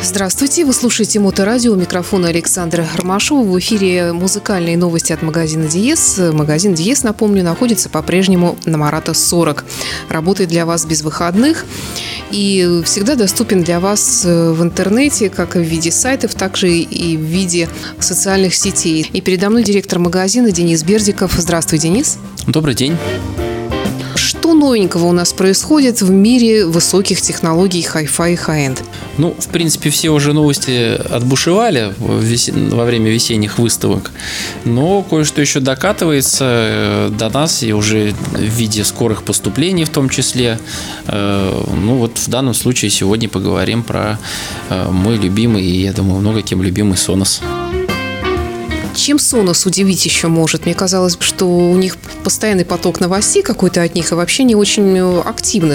Здравствуйте, вы слушаете Моторадио, у микрофона Александра Ромашова. В эфире музыкальные новости от магазина Диез. Магазин Диез, напомню, находится по-прежнему на Марата 40. Работает для вас без выходных и всегда доступен для вас в интернете, как и в виде сайтов, так же и в виде социальных сетей. И передо мной директор магазина Денис Бердиков. Здравствуй, Денис. Добрый день. Что новенького у нас происходит в мире высоких технологий Hi-Fi и High-End? В принципе, все уже новости отбушевали во время весенних выставок, но кое-что еще докатывается до нас и уже в виде скорых поступлений в том числе. В данном случае сегодня поговорим про мой любимый и, я думаю, много кем любимый Sonos. Чем Sonos удивить еще может? Мне казалось, что у них постоянный поток новостей какой-то от них и вообще не очень активны.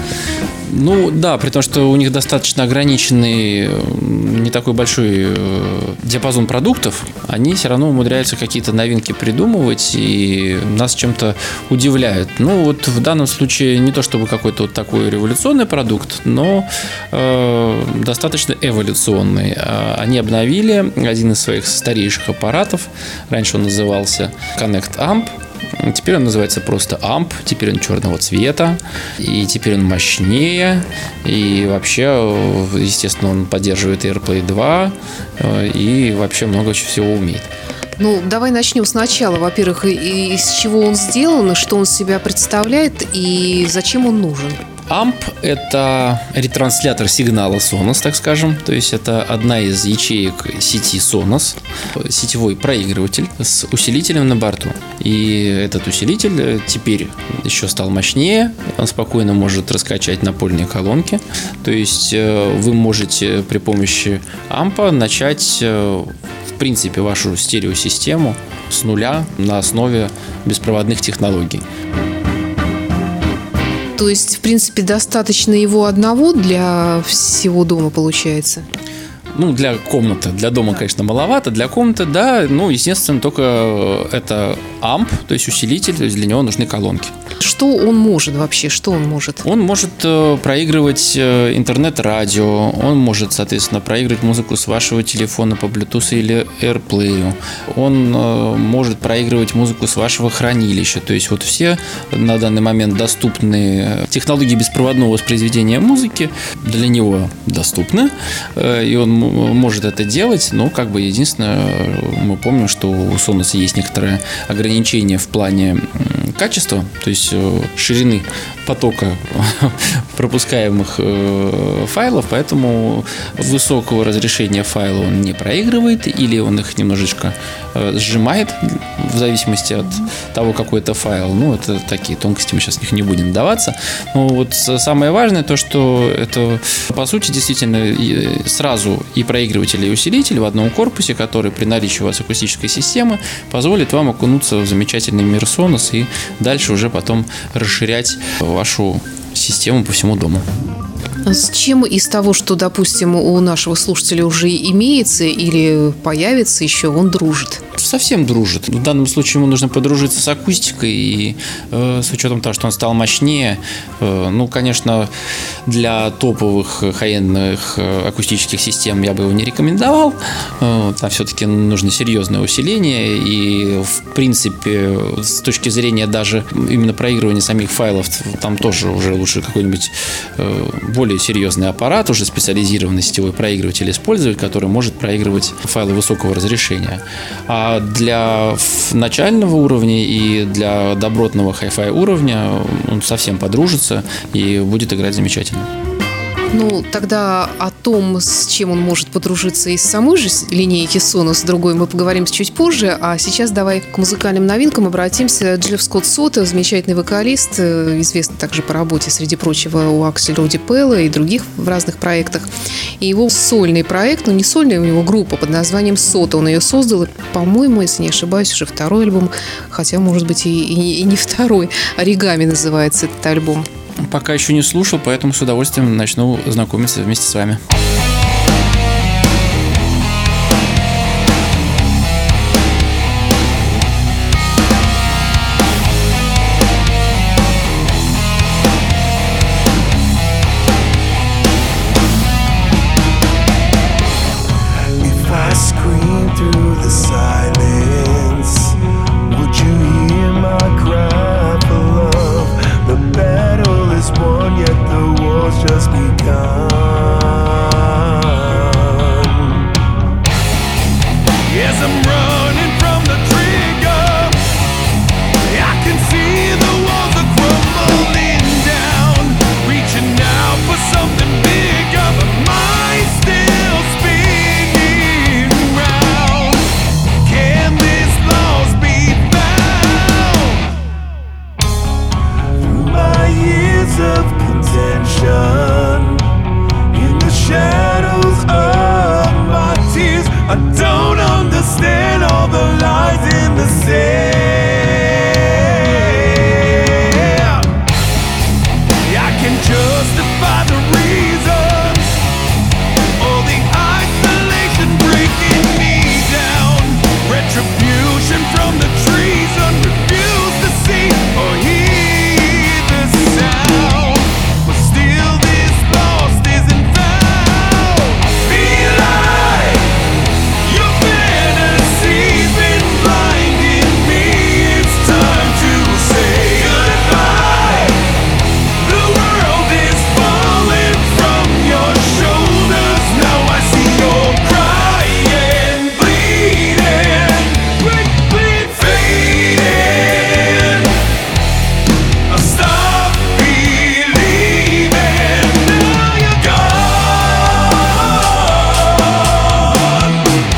Да, при том, что у них достаточно ограниченный, не такой большой диапазон продуктов, они все равно умудряются какие-то новинки придумывать и нас чем-то удивляют. В данном случае не то чтобы какой-то вот такой революционный продукт, но достаточно эволюционный. Они обновили один из своих старейших аппаратов. Раньше он назывался Connect Amp. Теперь он называется просто Amp, теперь он черного цвета, и теперь он мощнее, и вообще, естественно, он поддерживает AirPlay 2, и вообще много всего умеет. Давай начнем сначала. Во-первых, из чего он сделан, что он из себя представляет и зачем он нужен? Amp – это ретранслятор сигнала Sonos, так скажем. То есть это одна из ячеек сети Sonos, сетевой проигрыватель с усилителем на борту. И этот усилитель теперь еще стал мощнее, он спокойно может раскачать напольные колонки. То есть вы можете при помощи Amp начать, в принципе, вашу стереосистему с нуля на основе беспроводных технологий. То есть, в принципе, достаточно его одного для всего дома, получается? Для комнаты. Для дома, конечно, маловато. Для комнаты, да. Естественно, только это амп, то есть усилитель, то есть для него нужны колонки. Что он может вообще? Что он может? Он может проигрывать интернет-радио, он может, соответственно, проигрывать музыку с вашего телефона по Bluetooth или AirPlay. Он может проигрывать музыку с вашего хранилища. То есть все на данный момент доступные технологии беспроводного воспроизведения музыки для него доступны. И он может это делать, но единственное, мы помним, что у Sonos есть некоторые ограничения в плане качества, то есть ширины потока пропускаемых файлов, поэтому высокого разрешения файла он не проигрывает, или он их немножечко сжимает в зависимости от того, какой это файл. Это такие тонкости, мы сейчас в них не будем вдаваться. Но самое важное то, что это по сути действительно сразу и проигрыватель, и усилитель в одном корпусе, который при наличии у вас акустической системы позволит вам окунуться в замечательный мир Sonos и дальше уже потом расширять вашу систему по всему дому. С чем из того, что, допустим, у нашего слушателя уже имеется или появится еще, он дружит? Совсем дружит. В данном случае ему нужно подружиться с акустикой, и с учетом того, что он стал мощнее, конечно, для топовых хай-эндных акустических систем я бы его не рекомендовал. Там все-таки нужно серьезное усиление, и в принципе с точки зрения даже именно проигрывания самих файлов, там тоже уже лучше какой-нибудь более серьезный аппарат, уже специализированный сетевой проигрыватель использовать, который может проигрывать файлы высокого разрешения. А для начального уровня и для добротного Hi-Fi уровня он совсем подружится и будет играть замечательно. Тогда о том, с чем он может подружиться из самой же линейки Sonos, другой мы поговорим чуть позже. А сейчас давай к музыкальным новинкам обратимся. Джефф Скотт Сото, замечательный вокалист, известный также по работе, среди прочего, у Аксель Роди Пелла и других в разных проектах. И его сольный проект, не сольный, у него группа под названием Сото. Он ее создал, и, по-моему, если не ошибаюсь, уже второй альбом, хотя, может быть, и не второй. «Оригами» называется этот альбом. Пока еще не слушал, поэтому с удовольствием начну знакомиться вместе с вами. points of contention in the shadows of my tears. I don't understand all the lies in the sand. I can justify the reasons, all the isolation breaking me down, retribution from the treason, refuse to see or hear the sound, but still this lost isn't found. Feel like your fantasy's been blinding me. It's time to say goodbye. The world is falling from your shoulders. Now I see you're crying, bleeding, quickly fading. I stop believing. Now you're gone,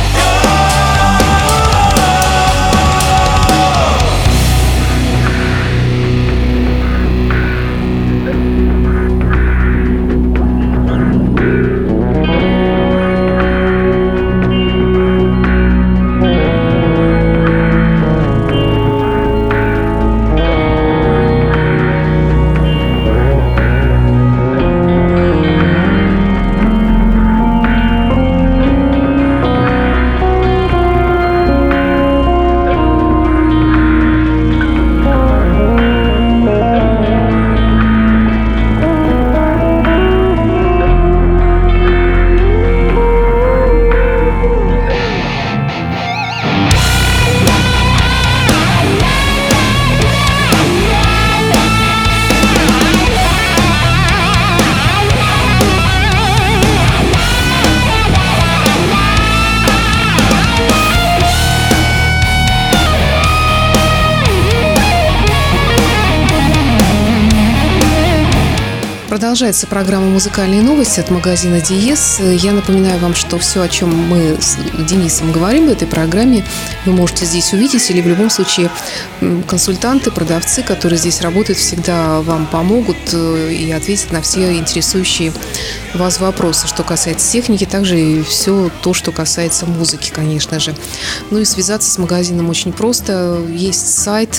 Продолжается программа «Музыкальные новости» от магазина «Диез». Я напоминаю вам, что все, о чем мы с Денисом говорим в этой программе, вы можете здесь увидеть, или в любом случае консультанты, продавцы, которые здесь работают, всегда вам помогут и ответят на все интересующие вас вопросы, что касается техники, также и все то, что касается музыки, конечно же. Ну и связаться с магазином очень просто. Есть сайт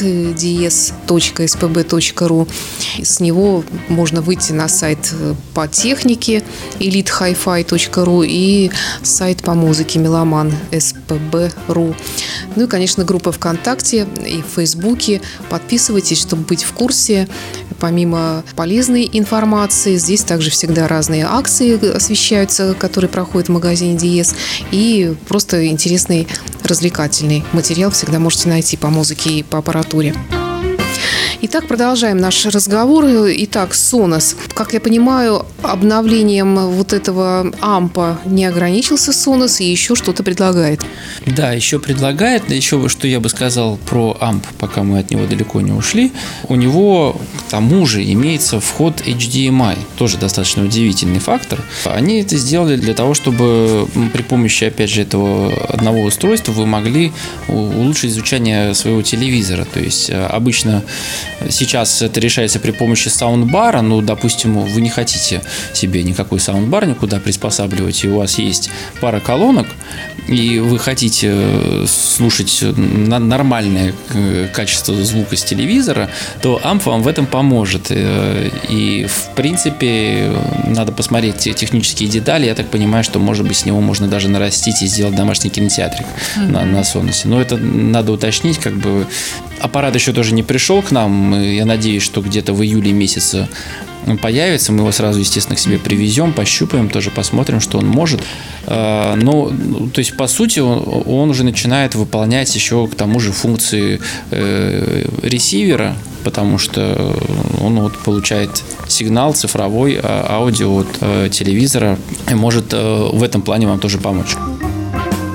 diez.spb.ru. С него можно выйти на сайт по технике elitehifi.ru и сайт по музыке Меломан spb.ru. Ну и, конечно, группа ВКонтакте и в Фейсбуке. Подписывайтесь, чтобы быть в курсе. Помимо полезной информации, здесь также всегда разные акции освещаются, которые проходят в магазине «Диез». И просто интересный развлекательный материал всегда можете найти по музыке и по аппаратуре. Итак, продолжаем наш разговор. Итак, Sonos. Как я понимаю, обновлением вот этого ампа не ограничился Sonos и еще что-то предлагает. Да, еще предлагает. Еще что я бы сказал про амп, пока мы от него далеко не ушли. У него к тому же имеется вход HDMI. Тоже достаточно удивительный фактор. Они это сделали для того, чтобы при помощи, опять же, этого одного устройства вы могли улучшить звучание своего телевизора. То есть обычно сейчас это решается при помощи саундбара. Ну, допустим, вы не хотите себе никакой саундбар никуда приспосабливать, и у вас есть пара колонок, и вы хотите слушать нормальное качество звука с телевизора, то амп вам в этом поможет. И, в принципе, надо посмотреть технические детали. Я так понимаю, что, может быть, с него можно даже нарастить и сделать домашний кинотеатрик на Sonos. Но это надо уточнить, как бы. Аппарат еще тоже не пришел к нам. Я надеюсь, что где-то в июле месяце появится. Мы его сразу, естественно, к себе привезем, пощупаем, тоже посмотрим, что он может. Но, то есть, по сути, он уже начинает выполнять еще к тому же функции ресивера, потому что он вот получает сигнал цифровой, аудио от телевизора и может в этом плане вам тоже помочь. С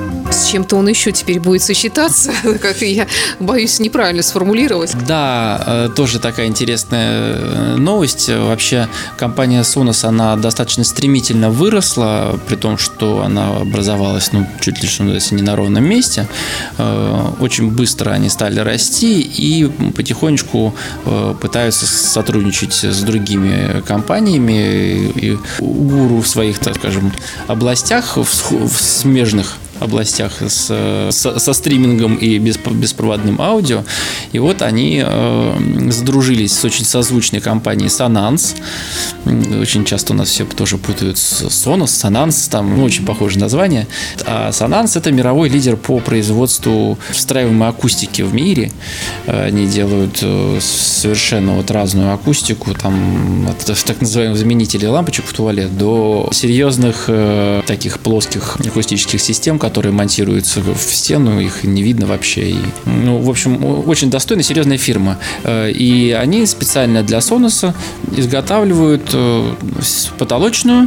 чем-то он еще теперь будет сочетаться, как я боюсь неправильно сформулировать. Да, тоже такая интересная новость. Вообще компания Sonos, она достаточно стремительно выросла, при том, что она образовалась, чуть ли что не на ровном месте. Очень быстро они стали расти и потихонечку пытаются сотрудничать с другими компаниями и гуру в своих, так скажем, областях, в смежных областях со стримингом и беспроводным аудио. И вот они задружились с очень созвучной компанией Sonance. Очень часто у нас все тоже путают Sonos, Sonance, там очень похожее название. А Sonance — это мировой лидер по производству встраиваемой акустики в мире. Они делают совершенно разную акустику, там от так называемых заменителей лампочек в туалет до серьезных таких плоских акустических систем, которые монтируются в стену, их не видно вообще. В общем, очень достойная, серьезная фирма. И они специально для Sonos изготавливают потолочную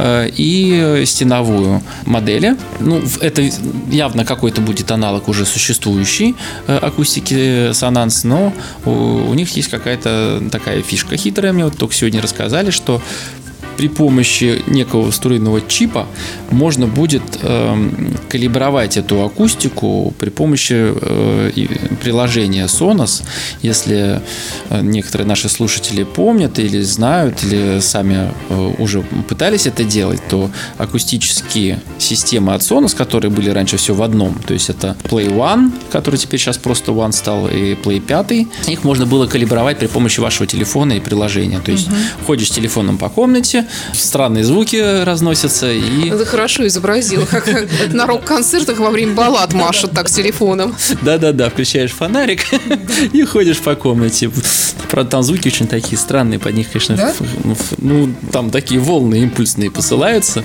и стеновую модели. Это явно какой-то будет аналог уже существующей акустики Sonance, но у них есть какая-то такая фишка хитрая. Мне только сегодня рассказали, что при помощи некого встроенного чипа можно будет калибровать эту акустику при помощи приложения Sonos. Если некоторые наши слушатели помнят или знают, или сами уже пытались это делать, то акустические системы от Sonos, которые были раньше все в одном, то есть это Play One, который теперь сейчас просто One стал, и Play 5, их можно было калибровать при помощи вашего телефона и приложения. То есть ходишь с телефоном по комнате, странные звуки разносятся. И... Это хорошо изобразил, как на рок-концертах во время баллад машут так телефоном. Да-да-да, включаешь фонарик и ходишь по комнате. Правда, там звуки очень такие странные, под них, конечно, да? Там такие волны импульсные посылаются.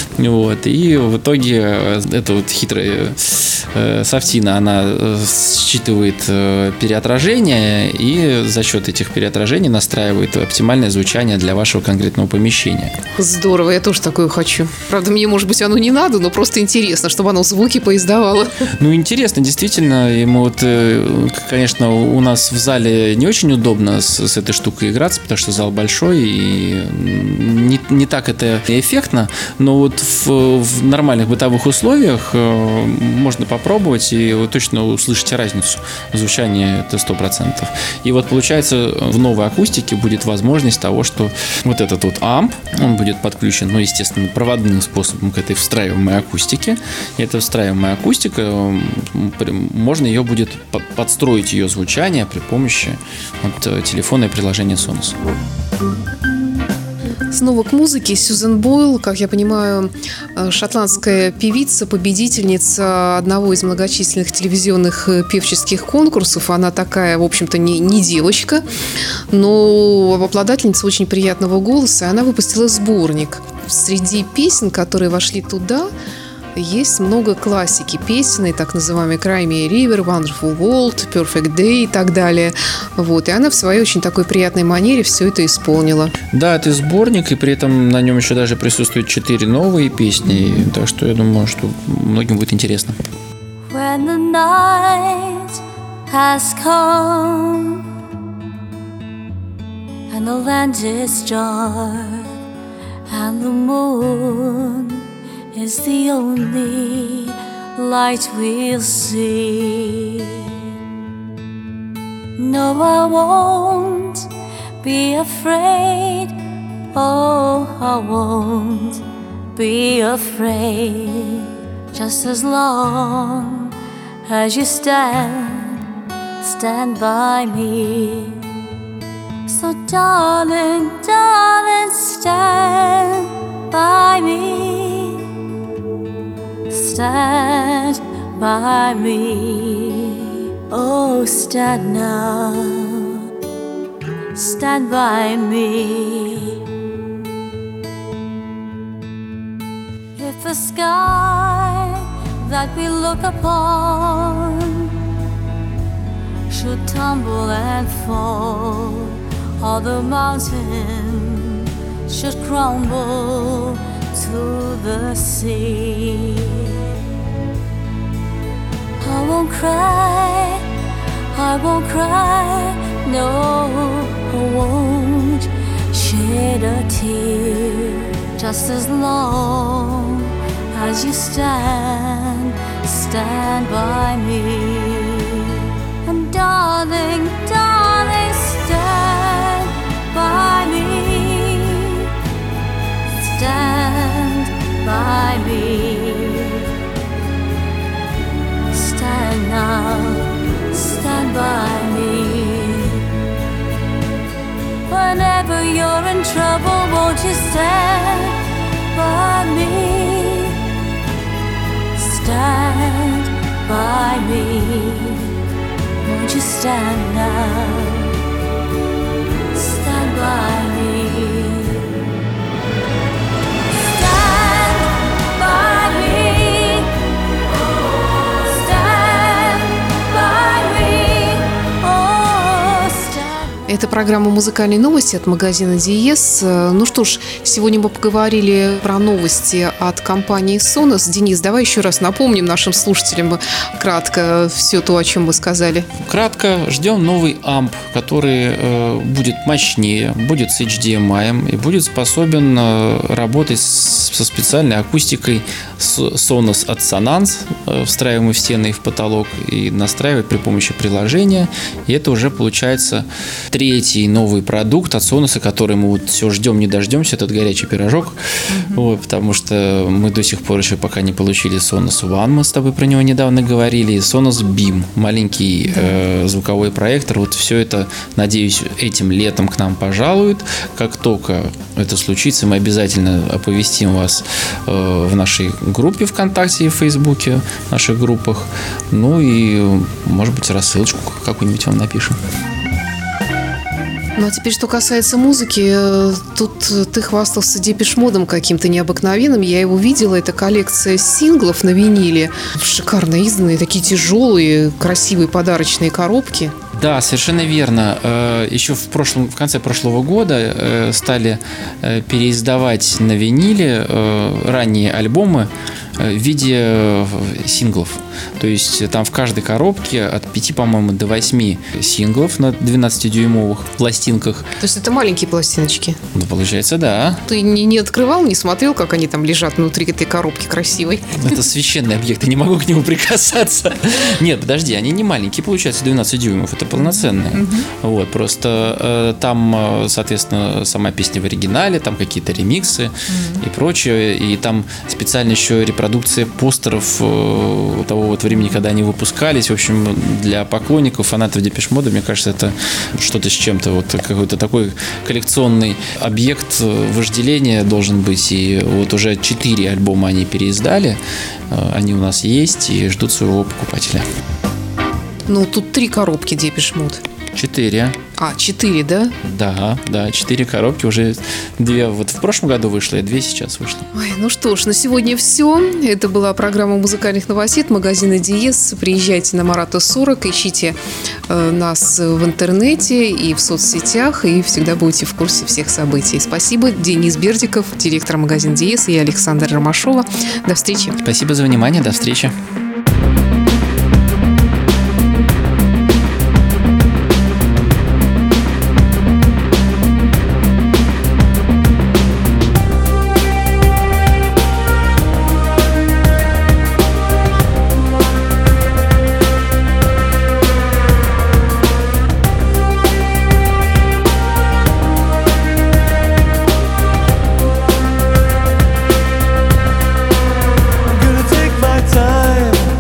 И в итоге эта хитрая софтина, она считывает переотражение и за счет этих переотражений настраивает оптимальное звучание для вашего конкретного помещения. Здорово, я тоже такое хочу. Правда, мне, может быть, оно не надо, но просто интересно, чтобы оно звуки поиздавало. Интересно, действительно. И мы конечно, у нас в зале не очень удобно с этой штукой играться, потому что зал большой и не так это эффектно, но в нормальных бытовых условиях можно попробовать, и вы точно услышите разницу. Звучание — это 100%. И получается, в новой акустике будет возможность того, что этот амп, он будет подключен, естественно, проводным способом к этой встраиваемой акустике. И эта встраиваемая акустика, можно ее будет подстроить ее звучание при помощи телефона и приложения Sonos. Снова к музыке. Сьюзен Бойл, как я понимаю, шотландская певица, победительница одного из многочисленных телевизионных певческих конкурсов. Она такая, в общем-то, не девочка, но обладательница очень приятного голоса. Она выпустила сборник. Среди песен, которые вошли туда, есть много классики песен, так называемый Cry Me a River, Wonderful World, Perfect Day и так далее. И она в своей очень такой приятной манере все это исполнила. Да, это сборник, и при этом на нем еще даже присутствуют 4 новые песни, так что я думаю, что многим будет интересно. When the night has come and the land is dark and the moon is the only light we'll see. No, I won't be afraid. Oh, I won't be afraid. Just as long as you stand by me. So darling, darling, stand by me. Stand by me, oh stand now, stand by me. If the sky that we look upon should tumble and fall, or the mountain should crumble to the sea, won't cry, I won't cry, no, I won't shed a tear. Just as long as you stand by me. And darling, darling, stand by me. Stand by me. Stand now, stand by me. Whenever you're in trouble, won't you stand by me? Stand by me. Won't you stand now? Stand by me. Stand by me. Stand by me. Oh, stand. Это программа «Музыкальные новости» от магазина Диез. Ну что ж, сегодня мы поговорили про новости от компании Sonos. Денис, давай еще раз напомним нашим слушателям кратко все то, о чем мы сказали. Кратко, ждем новый амп, который будет мощнее, будет с HDMI и будет способен работать со специальной акустикой Sonos от Sonance, встраиваемый в стены и в потолок, и настраивать при помощи приложения. И это уже получается третий новый продукт от Sonos, который мы вот все ждем, не дождемся, этот горячий пирожок, вот, потому что мы до сих пор еще пока не получили Sonos One, мы с тобой про него недавно говорили, и Sonos Beam, маленький звуковой проектор. Вот все это, надеюсь, этим летом к нам пожалуют. Как только это случится, мы обязательно оповестим вас в нашей группе ВКонтакте и в Фейсбуке, в наших группах. Ну и, может быть, рассылочку какую-нибудь вам напишем. Ну а теперь, что касается музыки, тут ты хвастался Депеш Модом каким-то необыкновенным. Я его видела, это коллекция синглов на виниле, шикарно изданные, такие тяжелые, красивые подарочные коробки. Да, совершенно верно. Еще в конце прошлого года стали переиздавать на виниле ранние альбомы в виде синглов. То есть там в каждой коробке от 5, по-моему, до 8 синглов на 12-дюймовых пластинках. То есть это маленькие пластиночки? Ну, получается, да. Ты не открывал, не смотрел, как они там лежат внутри этой коробки красивой? Это священный объект, я не могу к нему прикасаться. Нет, подожди, они не маленькие, получается, 12 дюймов, это полноценные. Вот, просто там, соответственно, сама песня в оригинале, там какие-то ремиксы и прочее, и там специально еще репродукция постеров того вот времени, когда они выпускались. В общем, для поклонников, фанатов Депеш Мода, мне кажется, это что-то с чем-то, вот какой-то такой коллекционный объект вожделения должен быть. И вот уже 4 альбома они переиздали, они у нас есть и ждут своего покупателя. Ну, тут 3 коробки Депеш Мод. 4. 4, да? Да, 4 коробки, уже 2 вот в прошлом году вышло, и 2 сейчас вышло. Ой, ну что ж, на сегодня все. Это была программа музыкальных новостей от магазина Диез. Приезжайте на Марата 40, ищите нас в интернете и в соцсетях, и всегда будете в курсе всех событий. Спасибо. Денис Бердиков, директор магазина Диез, и Александра Ромашова. До встречи. Спасибо за внимание, до встречи. Gonna take my time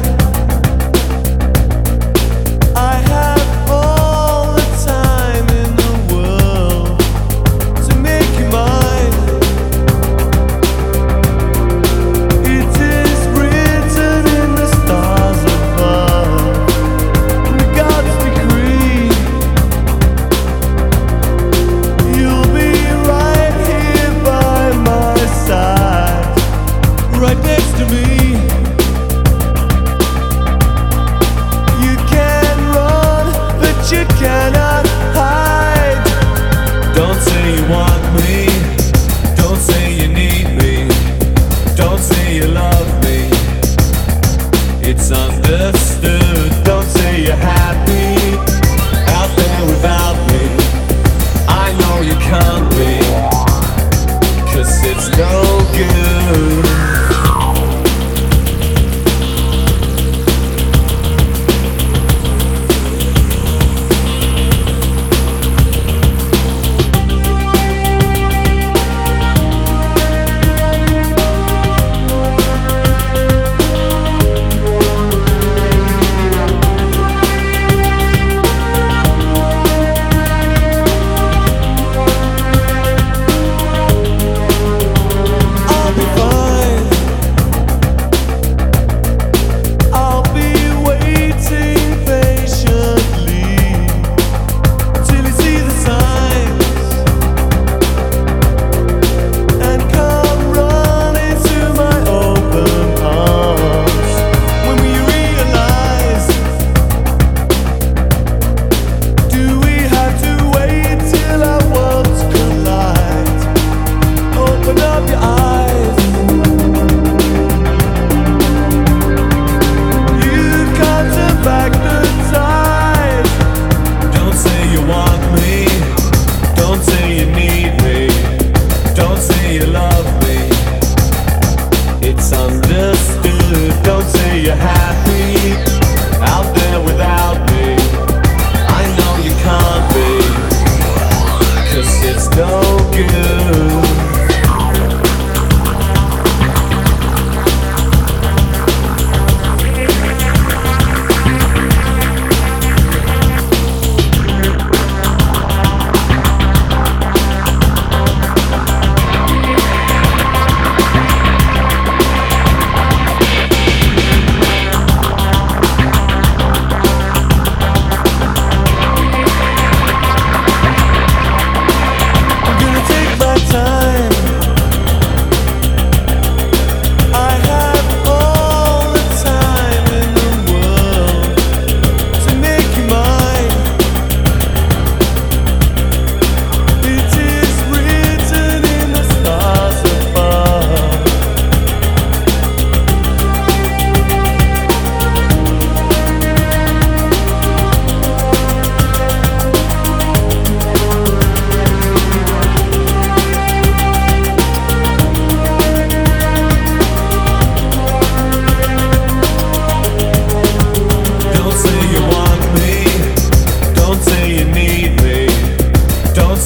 understood. Don't say you're happy out there without me. I know you can't be, 'cause it's no good.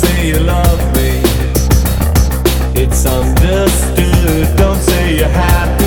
It's understood. Don't say you're happy